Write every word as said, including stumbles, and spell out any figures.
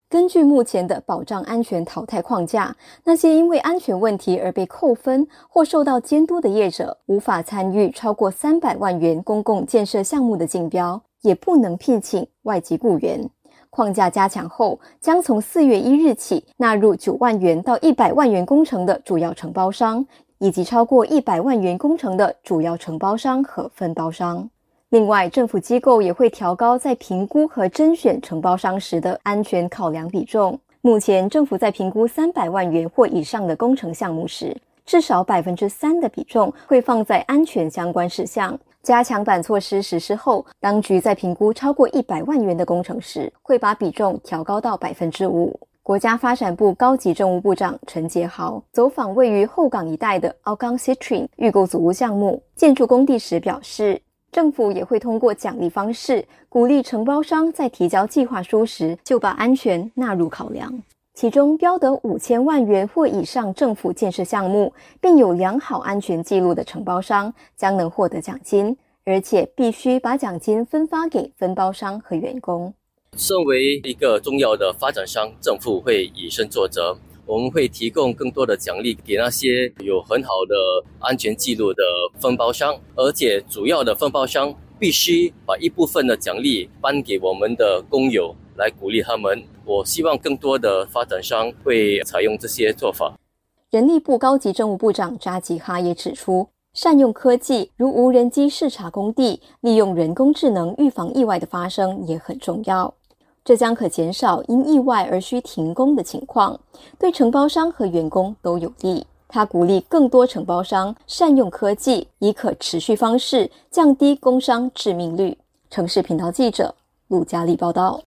根据目前的保障安全淘汰框架，那些因为安全问题而被扣分或受到监督的业者，无法参与超过三百万元公共建设项目的竞标，也不能聘请外籍雇员。框架加强后，将从四月一日起纳入九万元到一百万元工程的主要承包商，以及超过一百万元工程的主要承包商和分包商。另外，政府机构也会调高在评估和甄选承包商时的安全考量比重。目前，政府在评估三百万元或以上的工程项目时，至少 百分之三 的比重会放在安全相关事项。加强版措施实施后，当局在评估超过一百万元的工程时，会把比重调高到 百分之五。国家发展部高级政务部长陈杰豪走访位于后港一带的奥冈 Citrin 预购组屋项目建筑工地时表示，政府也会通过奖励方式，鼓励承包商在提交计划书时就把安全纳入考量。其中标得五千万元或以上政府建设项目，并有良好安全记录的承包商将能获得奖金，而且必须把奖金分发给分包商和员工。 身为一个重要的发展商，政府会以身作则，我们会提供更多的奖励给那些有很好的安全记录的分包商，而且主要的分包商必须把一部分的奖励颁给我们的工友，来鼓励他们。我希望更多的发展商会采用这些做法。 人力部高级政务部长扎吉哈也指出，善用科技，如无人机视察工地，利用人工智能预防意外的发生也很重要。这将可减少因意外而需停工的情况，对承包商和员工都有利。他鼓励更多承包商善用科技，以可持续方式降低工伤致命率。城市频道记者陆佳丽报道。